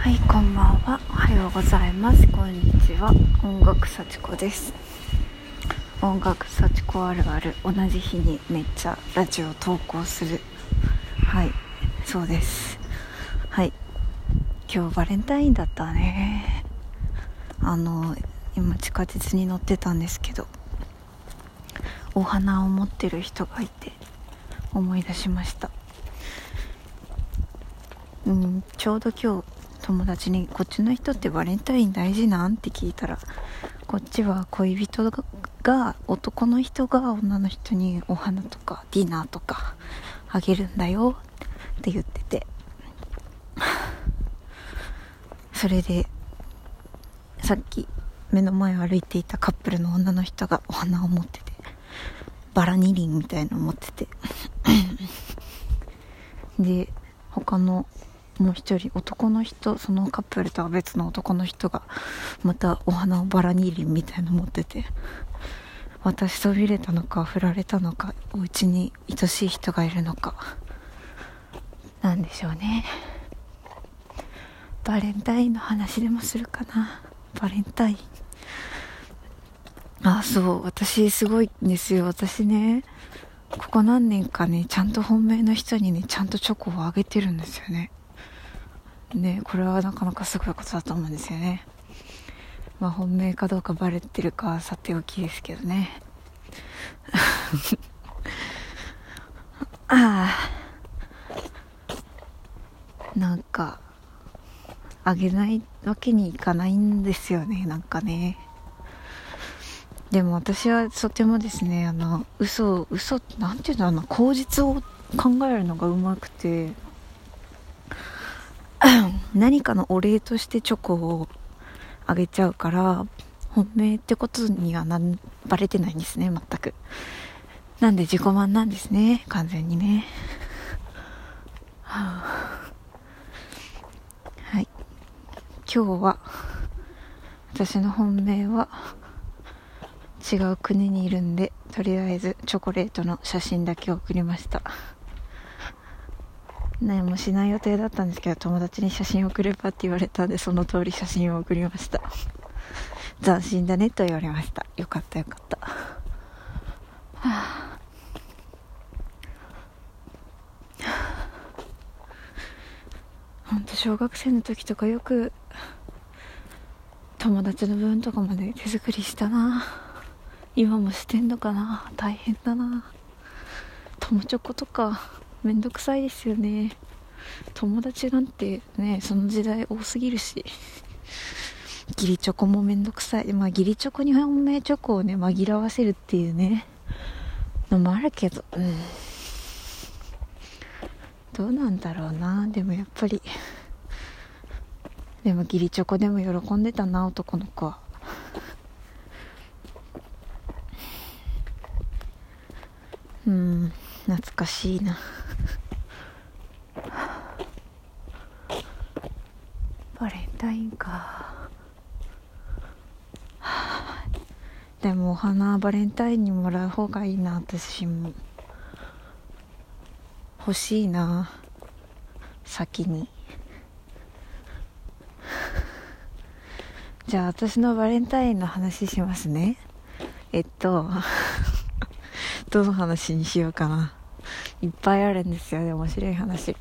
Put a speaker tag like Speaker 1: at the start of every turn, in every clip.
Speaker 1: はい、こんばんは。おはようございます。こんにちは。音楽幸子です。音楽幸子あるある。同じ日にめっちゃラジオ投稿する。はい、そうです。はい、今日バレンタインだったね。今地下鉄に乗ってたんですけど、お花を持ってる人がいて思い出しました。ちょうど今日友達にこっちの人ってバレンタイン大事なんって聞いたら、こっちは恋人が男の人が女の人にお花とかディナーとかあげるんだよって言ってて、それでさっき目の前を歩いていたカップルの女の人がお花を持ってて、バラ二輪みたいのを持っててで他のもう一人男の人、そのカップルとは別の男の人がまたお花をバラ二輪みたいの持ってて、私そびれたのか振られたのか、お家に愛しい人がいるのかなんでしょうね。バレンタインの話でもするかな。バレンタイン、そう、私すごいんですよ。私ね、ここ何年かね、ちゃんと本命の人にね、ちゃんとチョコをあげてるんですよね。これはなかなかすごいことだと思うんですよね。本命かどうかバレてるかはさておきですけどねなんかあげないわけにいかないんですよね。なんかね、でも私はとてもですね、嘘なんていうの、口実を考えるのがうまくて何かのお礼としてチョコをあげちゃうから、本命ってことにはバレてないんですね、全く。なんで自己満なんですね、完全にね。はい、今日は私の本命は違う国にいるんで、とりあえずチョコレートの写真だけ送りました。何もしない予定だったんですけど、友達に写真送ればって言われたんで、その通り写真を送りました。斬新だねと言われました。よかったよかった。ほんと小学生の時とかよく友達の分とかまで手作りしたな。今もしてんのかな。大変だな。友チョコとかめんどくさいですよね。友達なんてね、その時代多すぎるし、義理チョコもめんどくさい。義理チョコに本命チョコをね紛らわせるっていうねのもあるけど、どうなんだろうな。でもやっぱり、でも義理チョコでも喜んでたな、男の子は。懐かしいな。バレンタインか。でもお花バレンタインにもらう方がいいな。私も欲しいな、先に。じゃあ私のバレンタインの話しますね。どの話にしようかな。いっぱいあるんですよね、面白い話が。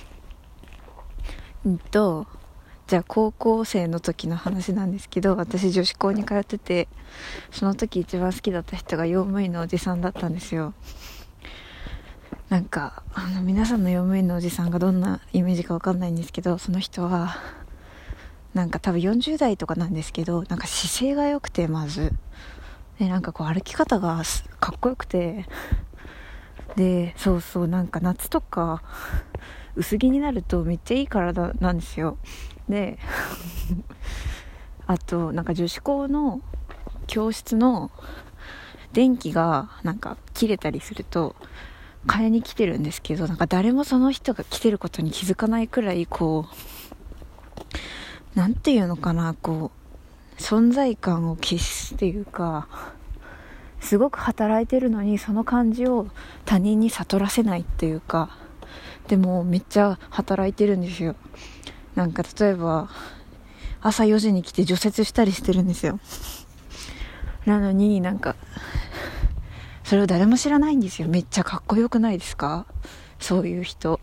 Speaker 1: じゃあ高校生の時の話なんですけど、私女子校に通ってて、その時一番好きだった人が用務員のおじさんだったんですよ。なんか皆さんの用務員のおじさんがどんなイメージか分かんないんですけど、その人はなんか多分40代とかなんですけど、なんか姿勢が良くて、まずでなんかこう歩き方がかっこよくて、でそうなんか夏とか薄着になるとめっちゃいい体なんですよ。であとなんか女子校の教室の電気がなんか切れたりすると買いに来てるんですけど、なんか誰もその人が来てることに気づかないくらい、こうなんていうのかな、こう存在感を消すっていうか、すごく働いてるのにその感じを他人に悟らせないっていうか、でもめっちゃ働いてるんですよ。 なんか例えば朝4時に来て除雪したりしてるんですよ。なのになんかそれを誰も知らないんですよ。めっちゃかっこよくないですか？そういう人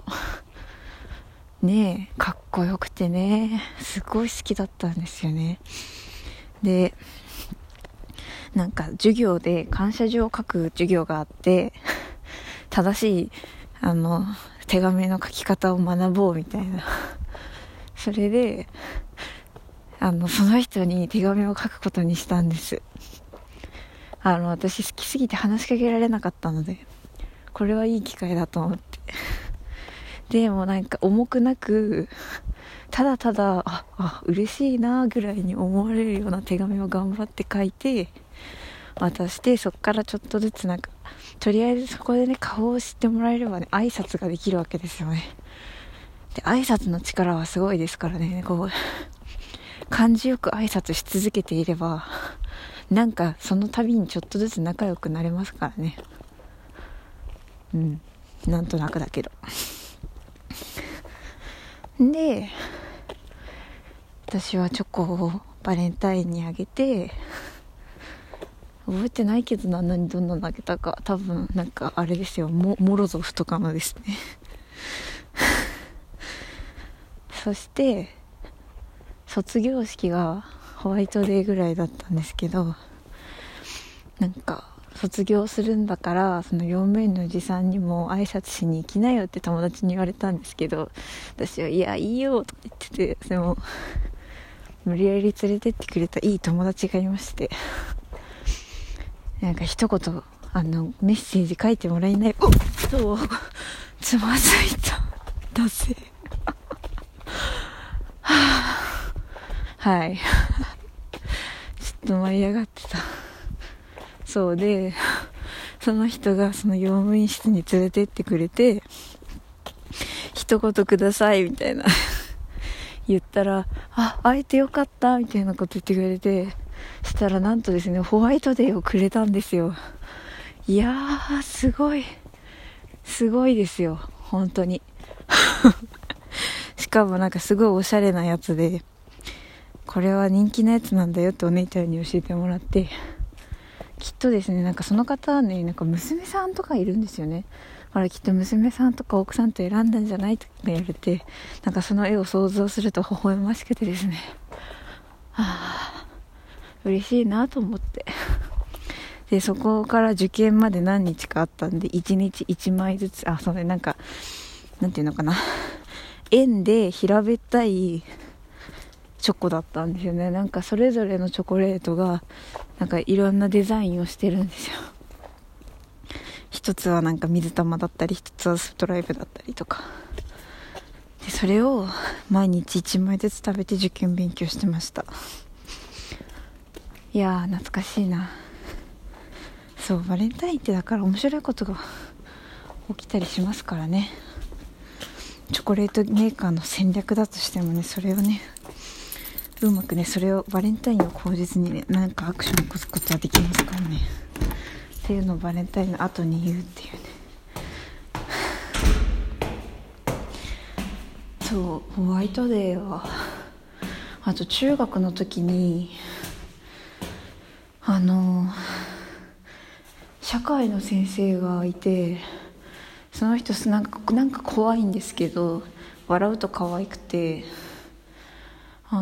Speaker 1: ねえ、かっこよくてね、すごい好きだったんですよね。で、なんか授業で感謝状を書く授業があって、正しい手紙の書き方を学ぼうみたいな。それでその人に手紙を書くことにしたんです。私好きすぎて話しかけられなかったので、これはいい機会だと思って、でもなんか重くなく、ただただ嬉しいなぐらいに思われるような手紙を頑張って書いて渡して、そっからちょっとずつなんかとりあえずそこでね、顔を知ってもらえればね、挨拶ができるわけですよね。で、挨拶の力はすごいですからね。こう感じよく挨拶し続けていれば、なんかその度にちょっとずつ仲良くなれますからね。なんとなくだけど。で、私はチョコをバレンタインにあげて、覚えてないけどどんなのあげたか、多分なんかあれですよ、モロゾフとかのですね。そして卒業式がホワイトデーぐらいだったんですけど、なんか卒業するんだからその4名のおじさんにも挨拶しに行きなよって友達に言われたんですけど、私はいやいいよとか言ってて、でも無理やり連れてってくれたいい友達がいまして、なんか一言メッセージ書いてもらえない、そうつまずいただぜはいちょっと舞い上がってた。そうで、その人がその用務員室に連れてってくれて、一言くださいみたいな言ったら、会えてよかったみたいなこと言ってくれて、したらなんとですね、ホワイトデーをくれたんですよ。いやー、すごいですよ本当にしかもなんかすごいおしゃれなやつで、これは人気のやつなんだよってお姉ちゃんに教えてもらって、きっとですね、なんかその方はね、なんか娘さんとかいるんですよね。だからきっと娘さんとか奥さんと選んだんじゃないと言われて、なんかその絵を想像すると微笑ましくてですね、嬉しいなと思って。で、そこから受験まで何日かあったんで、1日1枚ずつ、それなんかなんていうのかな、円で平べったいチョコだったんですよね。なんかそれぞれのチョコレートがなんかいろんなデザインをしてるんですよ。一つはなんか水玉だったり、一つはストライプだったりとかで、それを毎日1枚ずつ食べて受験勉強してました。いやー、懐かしいな。そう、バレンタインってだから面白いことが起きたりしますからね。チョコレートメーカーの戦略だとしてもね、それをね、うまくね、それをバレンタインを口実にね、なんかアクションを起こすことはできますからね。っていうのをバレンタインの後に言うっていうね。そう、ホワイトデーは、あと中学の時に社会の先生がいて、その人なんか怖いんですけど、笑うと可愛くて、そ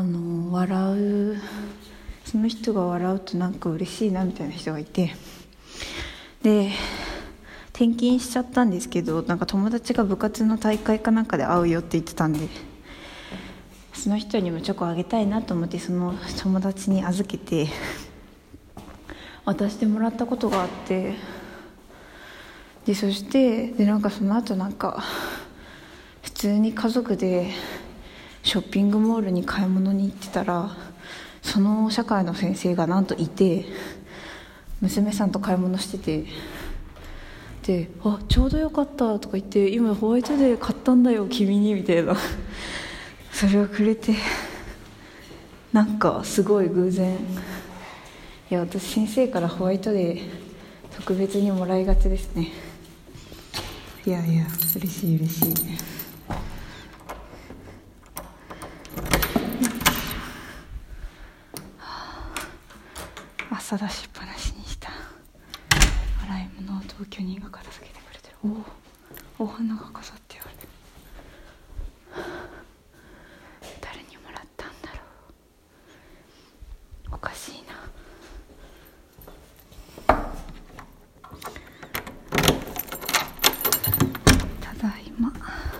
Speaker 1: の人が笑うとなんか嬉しいなみたいな人がいて、で転勤しちゃったんですけど、なんか友達が部活の大会かなんかで会うよって言ってたんで、その人にもチョコあげたいなと思って、その友達に預けて渡してもらったことがあって、でそしてなんかその後なんか普通に家族でショッピングモールに買い物に行ってたら、その社会の先生がなんといて、娘さんと買い物してて、でちょうどよかったとか言って、今ホワイトデー買ったんだよ君にみたいなそれをくれて、なんかすごい偶然。いや、私先生からホワイトデー特別にもらいがちですね。いや嬉しい傘出しっぱなしにした洗い物を同居人が片付けてくれてる。お花が飾ってある。誰にもらったんだろう。おかしいな。ただいま。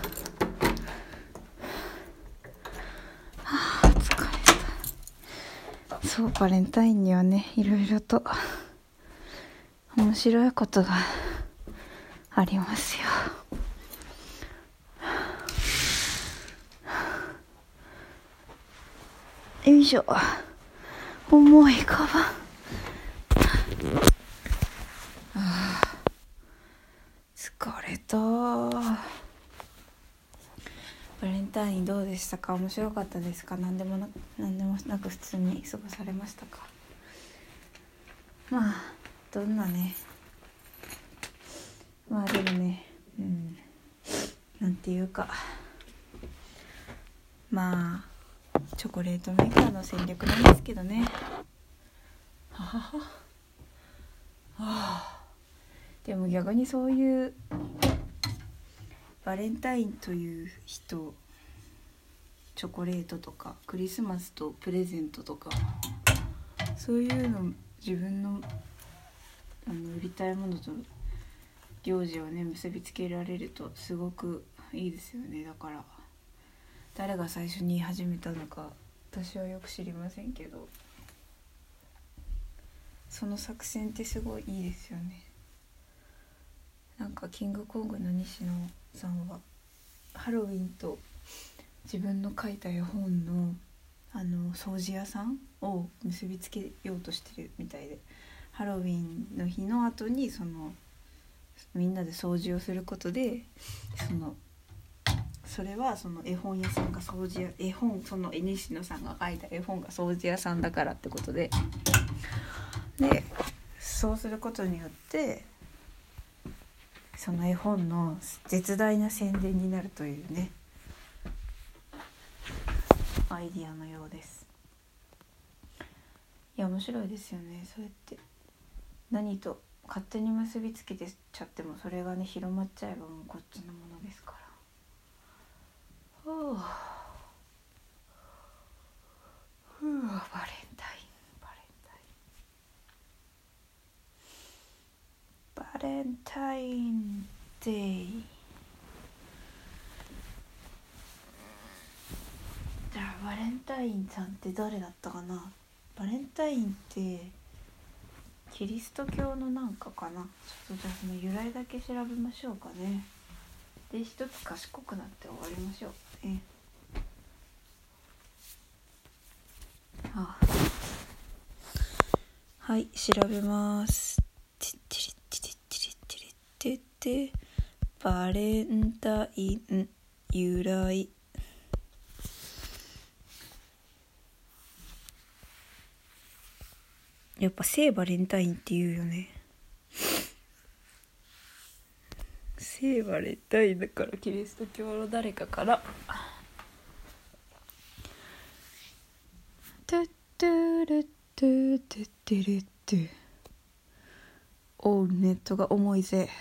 Speaker 1: 疲れた。そう、バレンタインにはね、いろいろと面白いことがありますよ。よいしょ。重いカバン。疲れた。バレンタインどうでしたか？面白かったですか？何でもなく普通に過ごされましたか？まあどんなね、まあでもね、なんていうか、まあチョコレートメーカーの戦略なんですけどね。ははは。でも逆にそういうバレンタインという人、チョコレートとかクリスマスとプレゼントとか、そういうの自分の売りたいものと行事をね結びつけられるとすごくいいですよね。だから誰が最初に言い始めたのか私はよく知りませんけど、その作戦ってすごいいいですよね。なんかキングコングの西野さんはハロウィンと自分の書いた絵本の掃除屋さんを結びつけようとしてるみたいで、ハロウィンの日の後にみんなで掃除をすることで、それはその絵本屋さんがその西野さんが書いた絵本が掃除屋さんだからってことで、そうすることによってその絵本の絶大な宣伝になるというね、アイディアのようです。いや面白いですよね。そうやって何と勝手に結びつけてちゃっても、それがね広まっちゃえばもうこっちのものですから。バレンタインデー。じゃあバレンタインさんって誰だったかな。バレンタインってキリスト教のなんかかな。ちょっとじゃあその由来だけ調べましょうかね。で一つ賢くなって終わりましょうね。はい、調べます。バレンタイン由来。やっぱ聖バレンタインって言うよね。聖バレンタインだからキリスト教の誰かからトゥットゥルットゥトゥットゥルットゥ。おう、ネットが重いぜ。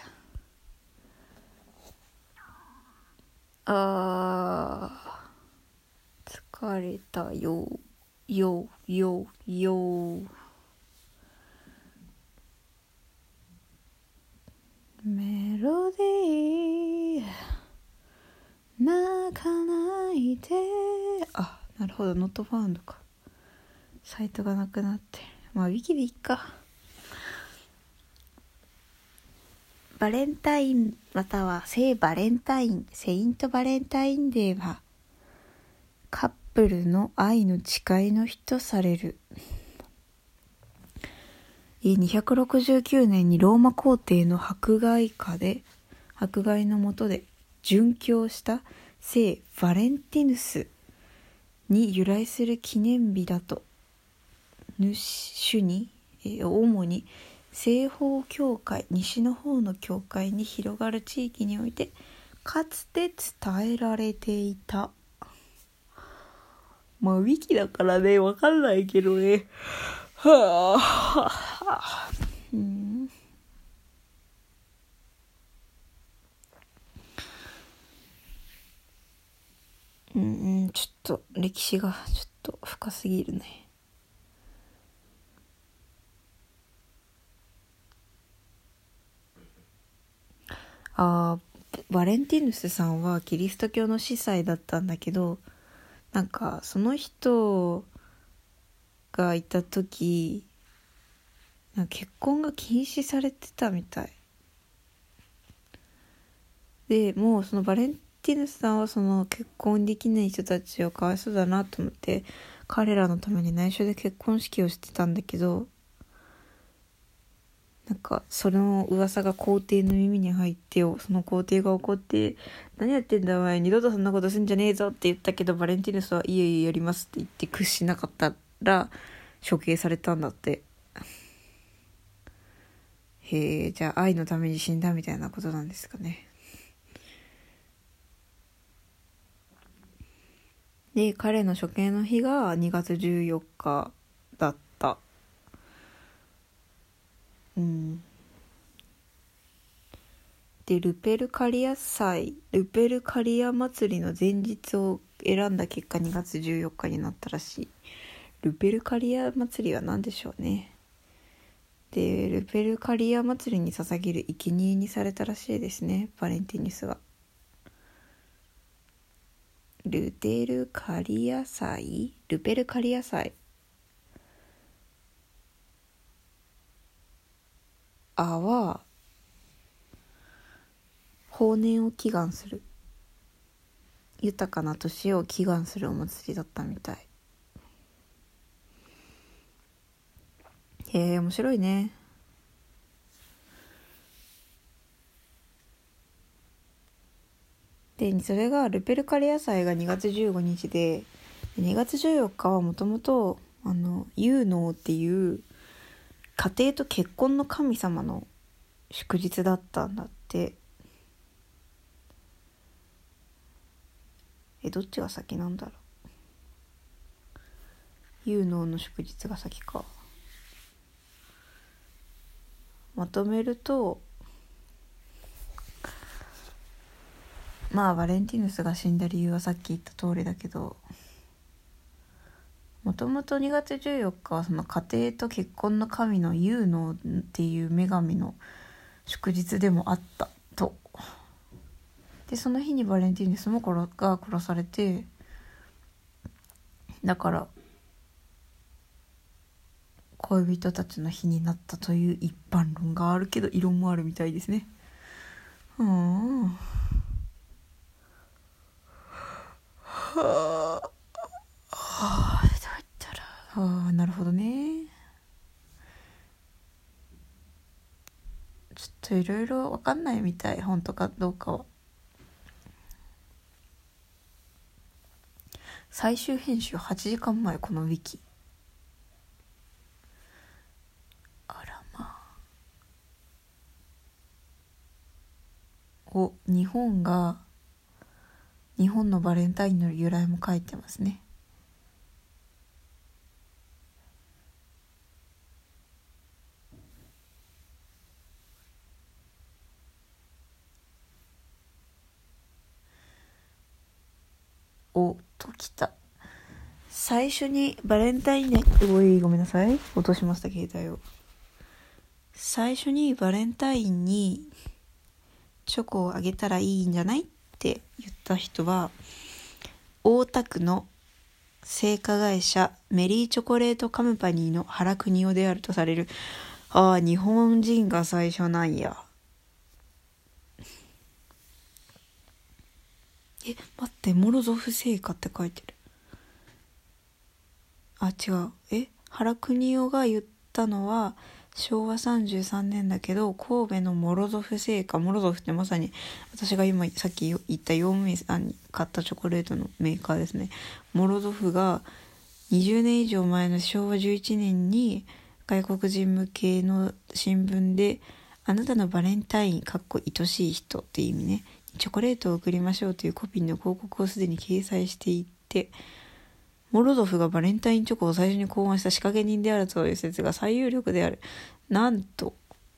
Speaker 1: 疲れたよ。メロディー泣かないで。なるほど、ノットファウンドか。サイトがなくなって、まあウィキでいっか。バレンタインまたは聖バレンタイン、セイントバレンタインデーはカップルの愛の誓いの日とされる。269年にローマ皇帝の迫害の下で殉教した聖バレンティヌスに由来する記念日だと主に、主に西方教会、西の方の教会に広がる地域においてかつて伝えられていた。まあウィキだからね分かんないけどね。 はあ、うん、ちょっと歴史がちょっと深すぎるね。バレンティヌスさんはキリスト教の司祭だったんだけど、なんかその人がいた時、なんか結婚が禁止されてたみたいで、もうそのバレンティヌスさんはその結婚できない人たちをかわいそうだなと思って彼らのために内緒で結婚式をしてたんだけど、なんかその噂が皇帝の耳に入ってよ、その皇帝が怒って何やってんだお前、二度とそんなことすんじゃねえぞって言ったけど、バレンティヌスはいえいえやりますって言って屈しなかったら処刑されたんだって。へえ、じゃあ愛のために死んだみたいなことなんですかね。で、彼の処刑の日が2月14日だった。で、ルペルカリア祭、ルペルカリア祭りの前日を選んだ結果2月14日になったらしい。ルペルカリア祭りは何でしょうね。で、ルペルカリア祭りに捧げる生贄にされたらしいですね、バレンティヌスは。ルペルカリア祭は豊年を祈願する、豊かな年を祈願するお祭りだったみたい。へえ、面白いね。で、それがルペルカリア祭が2月15日で、2月14日はもともとユーノーっていう家庭と結婚の神様の祝日だったんだって。どっちが先なんだろう。ユーノーの祝日が先か。まとめると、まあバレンティヌスが死んだ理由はさっき言った通りだけど、もともと2月14日はその家庭と結婚の神のユーノーっていう女神の祝日でもあったと。で、その日にバレンティヌスもが殺されて、だから恋人たちの日になったという一般論があるけど、異論もあるみたいですね。なるほどね。ちょっといろいろ分かんないみたい、本当かどうかは。最終編集8時間前、このウィキ。あらまあ。日本のバレンタインの由来も書いてますね。ときた。最初にバレンタインデー、ごめんなさい、落としました携帯を。最初にバレンタインにチョコをあげたらいいんじゃないって言った人は、大田区の製菓会社メリーチョコレートカムパニーの原邦夫であるとされる。日本人が最初なんや。待って、モロゾフ製菓って書いてる。違う。原邦夫が言ったのは昭和33年だけど、神戸のモロゾフ製菓、モロゾフってまさに私が今さっき言ったヨウムイさんに買ったチョコレートのメーカーですね。モロゾフが20年以上前の昭和11年に外国人向けの新聞で、あなたのバレンタイン愛しい人っていう意味ね、チョコレートを送りましょうというコピーの広告をすでに掲載していて、 モロゾフがバレンタインチョコを最初に考案した仕掛け人であるという説が最有力である。なんと。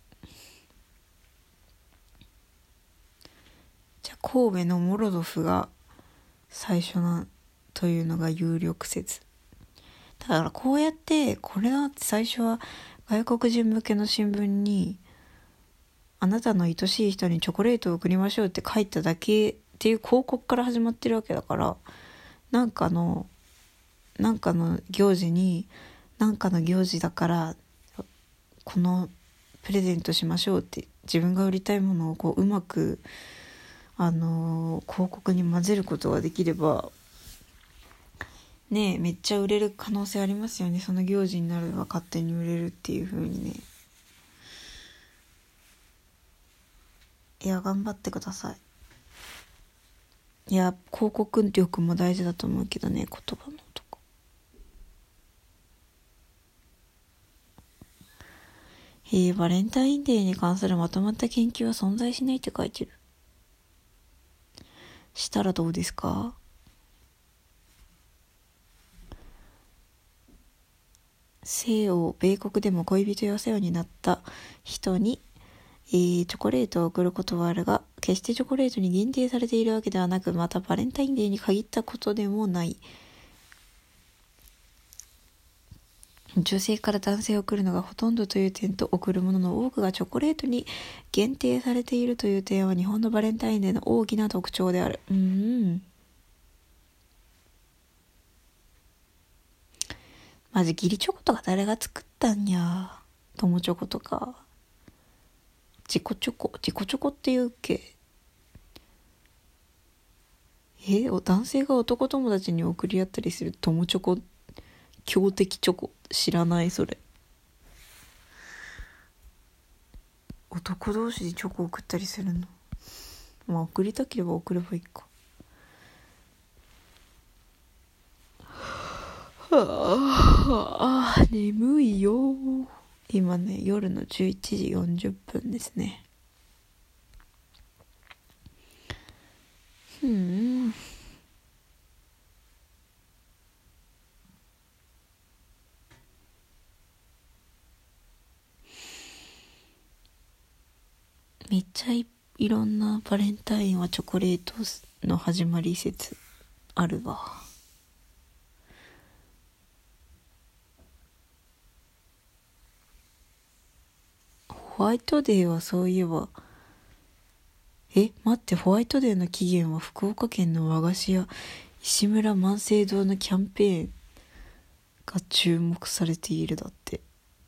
Speaker 1: じゃあ神戸のモロゾフが最初なというのが有力説。だからこうやってこれだって最初は外国人向けの新聞にあなたの愛しい人にチョコレートを送りましょうって書いただけっていう広告から始まってるわけだから、なんかの行事になんかの行事だからこのプレゼントしましょうって自分が売りたいものをこううまく広告に混ぜることができればねえ、めっちゃ売れる可能性ありますよね。その行事になれば勝手に売れるっていう風にね。いや、頑張ってください。いや、広告力も大事だと思うけどね、言葉のとか。バレンタインデーに関するまとまった研究は存在しないって書いてる。したらどうですか？西欧、米国でも恋人やお世話になった人に、チョコレートを送ることはあるが、決してチョコレートに限定されているわけではなく、またバレンタインデーに限ったことでもない。女性から男性を送るのがほとんどという点と、送るものの多くがチョコレートに限定されているという点は日本のバレンタインデーの大きな特徴である。まず義理チョコとか誰が作ったんや。友チョコとか。自己チョコって言うっけ？男性が男友達に送り合ったりする友チョコ、強敵チョコ。知らないそれ。男同士でチョコ送ったりするの？まあ送りたければ送ればいいか。眠いよ。今ね、夜の11時40分ですね。めっちゃいろんなバレンタインはチョコレートの始まり説あるわ。ホワイトデーはそういえば、待って、ホワイトデーの起源は福岡県の和菓子屋石村万世堂のキャンペーンが注目されているだって。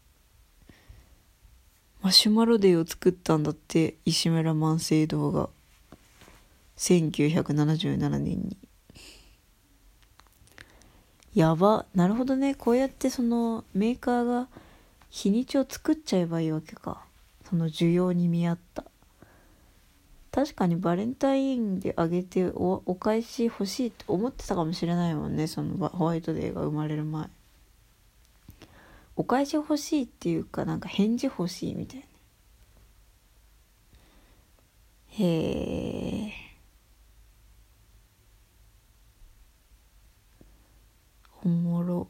Speaker 1: マシュマロデーを作ったんだって、石村万世堂が1977年に。やば。なるほどね。こうやってそのメーカーが日にちを作っちゃえばいいわけか。その需要に見合った。確かにバレンタインであげて お返し欲しいって思ってたかもしれないもんね。そのホワイトデーが生まれる前。お返し欲しいっていうか、なんか返事欲しいみたいな。へえ。おもろ。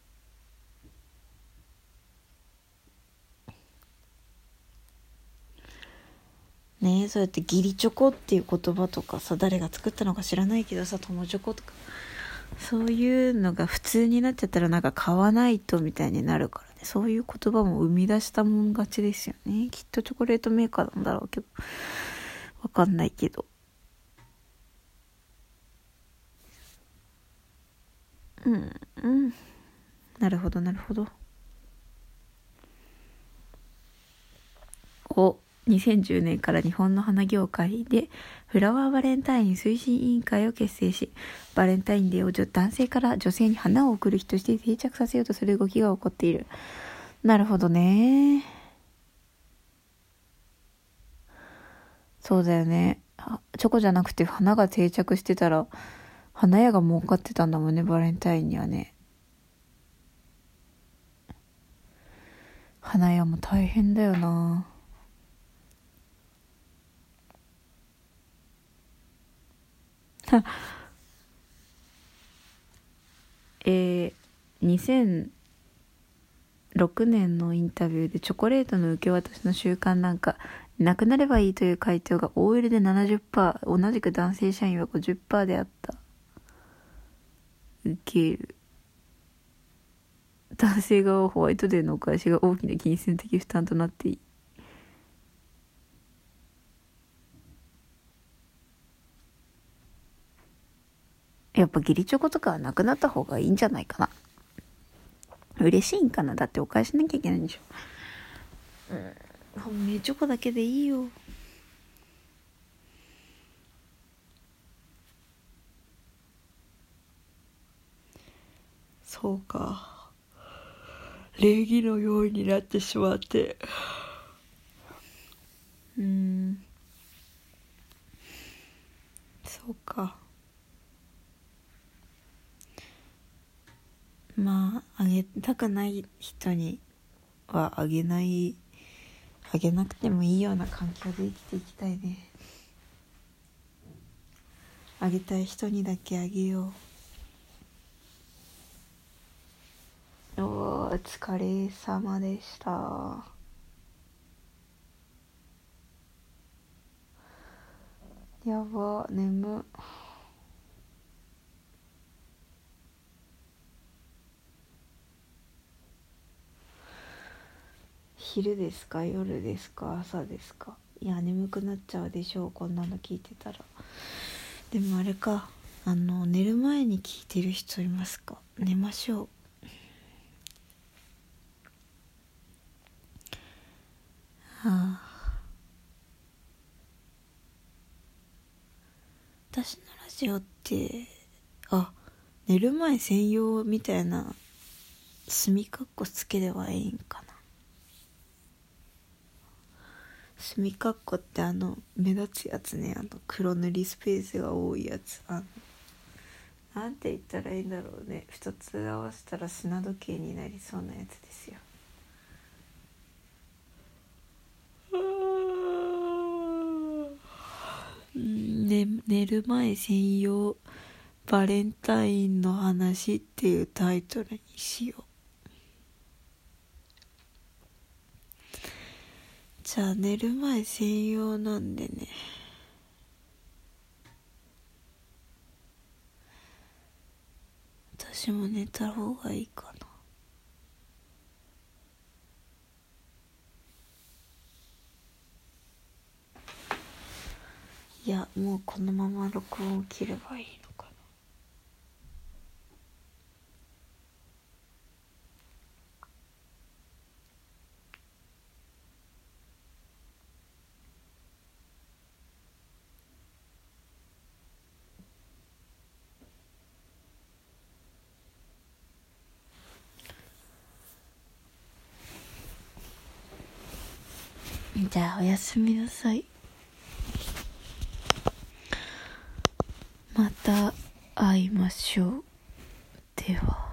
Speaker 1: ねえ、そうやって義理チョコっていう言葉とかさ、誰が作ったのか知らないけどさ、友チョコとかそういうのが普通になっちゃったらなんか買わないとみたいになるからね。そういう言葉も生み出したもん勝ちですよね。きっとチョコレートメーカーなんだろうけど、わかんないけど。なるほどなるほど。2010年から日本の花業界でフラワーバレンタイン推進委員会を結成し、バレンタインデーを男性から女性に花を贈る日として定着させようとする動きが起こっている。なるほどね。そうだよね。チョコじゃなくて花が定着してたら花屋が儲かってたんだもんね、バレンタインにはね。花屋も大変だよな。 2006年のインタビューでチョコレートの受け渡しの習慣なんかなくなればいいという回答が OL で 70%、 同じく男性社員は 50% であった。受ける。男性側はホワイトデーのお返しが大きな金銭的負担となっていい。やっぱ義理チョコとかはなくなった方がいいんじゃないかな。嬉しいんかな。だってお返ししなきゃいけないんでしょ。本命チョコだけでいいよ。そうか、礼儀のようになってしまって、そうか。まああげたくない人にはあげなくてもいいような環境で生きていきたいね。あげたい人にだけあげよう。お疲れ様でした。やば、眠。昼ですか、夜ですか、朝ですか。いや、眠くなっちゃうでしょう、こんなの聞いてたら。でもあれか、寝る前に聞いてる人いますか。寝ましょう。私のラジオって寝る前専用みたいな墨かっこつければいいんかな。墨かっこって目立つやつね。黒塗りスペースが多いやつ。なんて言ったらいいんだろうね。2つ合わせたら砂時計になりそうなやつですよ。寝る前専用バレンタインの話っていうタイトルにしよう。じゃあ寝る前専用なんでね。私も寝た方がいいかな。いや、もうこのまま録音を切ればいいのかな。じゃあおやすみなさい。また会いましょう。では。